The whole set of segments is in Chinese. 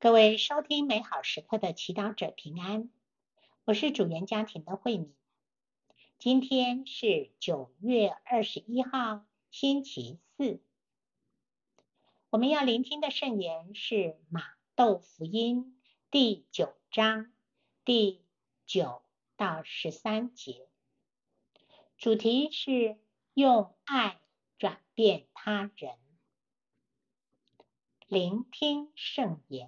各位收听美好时刻的祈祷者平安，我是主言家庭的慧敏。今天是9月21号，星期四。我们要聆听的圣言是马窦福音第9章第9到13节，主题是用爱转变他人。聆听圣言。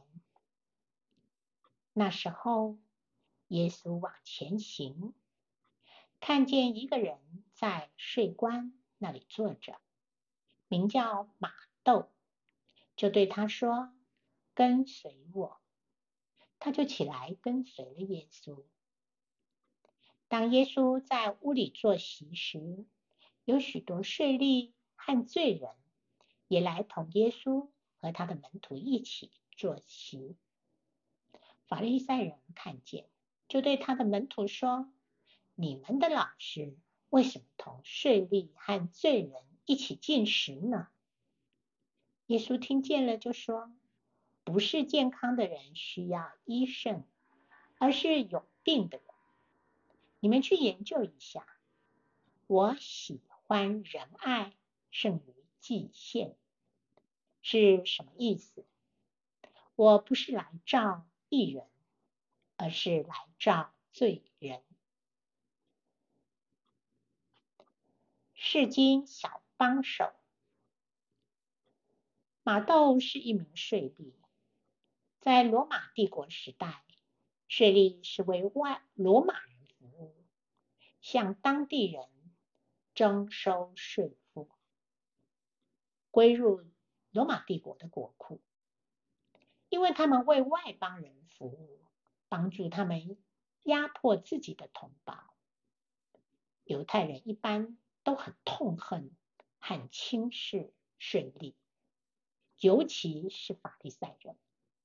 那时候，耶稣往前行，看见一个人在税关那里坐着，名叫马窦，就对他说：“跟随我。”他就起来跟随了耶稣。当耶稣在屋里坐席时，有许多税吏和罪人也来同耶稣和他的门徒一起坐席。法利赛人看见，就对他的门徒说：“你们的老师为什么同税吏和罪人一起进食呢？”耶稣听见了，就说：“不是健康的人需要医生，而是有病的人。你们去研究一下，我喜欢仁爱胜于祭献，是什么意思？我不是来召义人，而是来召罪人。”释经小帮手。马窦是一名税吏，在罗马帝国时代，税吏是为罗马人服务，向当地人征收税赋，归入罗马帝国的国库。因为他们为外邦人服务，帮助他们压迫自己的同胞，犹太人一般都很痛恨和轻视税吏，尤其是法利赛人。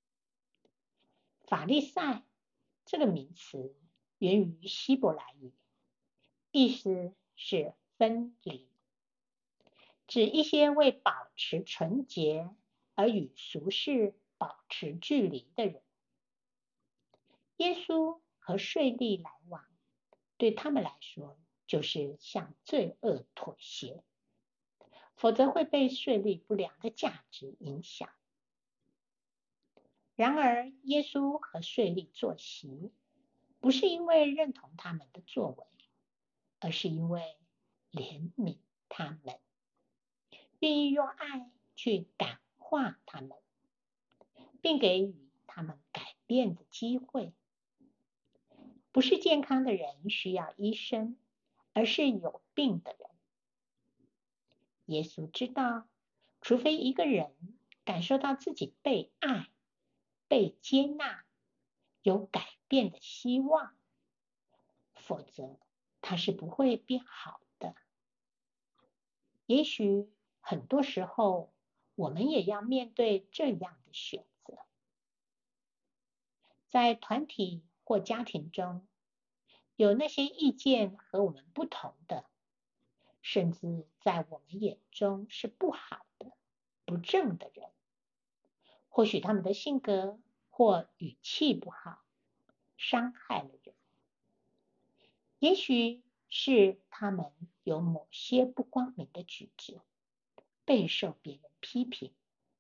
法利赛这个名词源于希伯来语，意思是分离，指一些为保持纯洁而与俗世保持距离的人。耶稣和税吏来往，对他们来说就是向罪恶妥协，否则会被税吏不良的价值影响。然而，耶稣和税吏坐席，不是因为认同他们的作为，而是因为怜悯他们，愿意用爱去感化他们，并给予他们改变的机会。不是健康的人需要医生，而是有病的人。耶稣知道，除非一个人感受到自己被爱、被接纳，有改变的希望，否则他是不会变好的。也许很多时候，我们也要面对这样的选择。在团体或家庭中，有那些意见和我们不同的，甚至在我们眼中是不好的、不正的人。或许他们的性格或语气不好，伤害了人。也许是他们有某些不光明的举止，备受别人批评。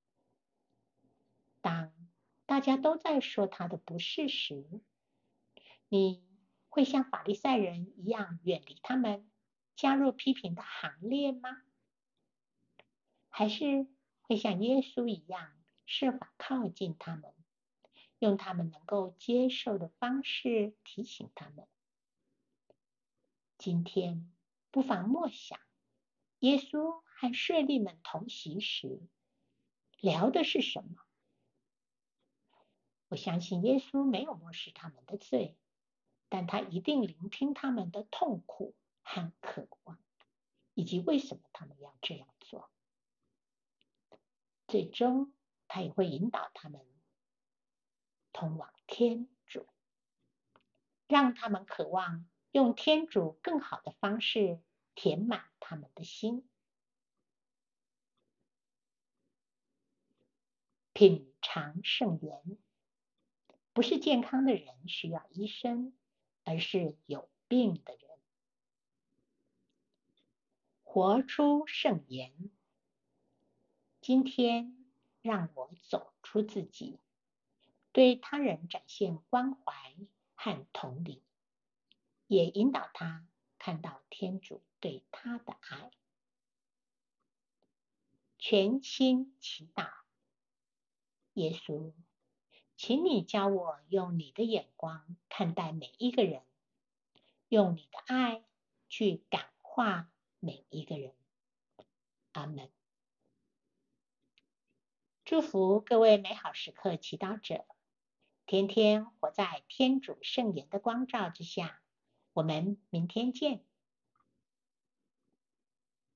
当大家都在说他的不是时，你会像法利赛人一样远离他们，加入批评的行列吗？还是会像耶稣一样，设法靠近他们，用他们能够接受的方式提醒他们？今天不妨默想，耶稣和税吏们同席时聊的是什么？我相信耶稣没有漠视他们的罪，但他一定聆听他们的痛苦和渴望，以及为什么他们要这样做。最终，他也会引导他们通往天主，让他们渴望用天主更好的方式填满他们的心。品尝圣言。 不是健康的人需要医生，而是有病的人。活出圣言。今天让我走出自己，对他人展现关怀和同理，也引导他看到天主对他的爱。全心祈祷。耶稣，请你教我用你的眼光看待每一个人，用你的爱去感化每一个人。阿们。祝福各位美好时刻祈祷者，天天活在天主圣言的光照之下。我们明天见。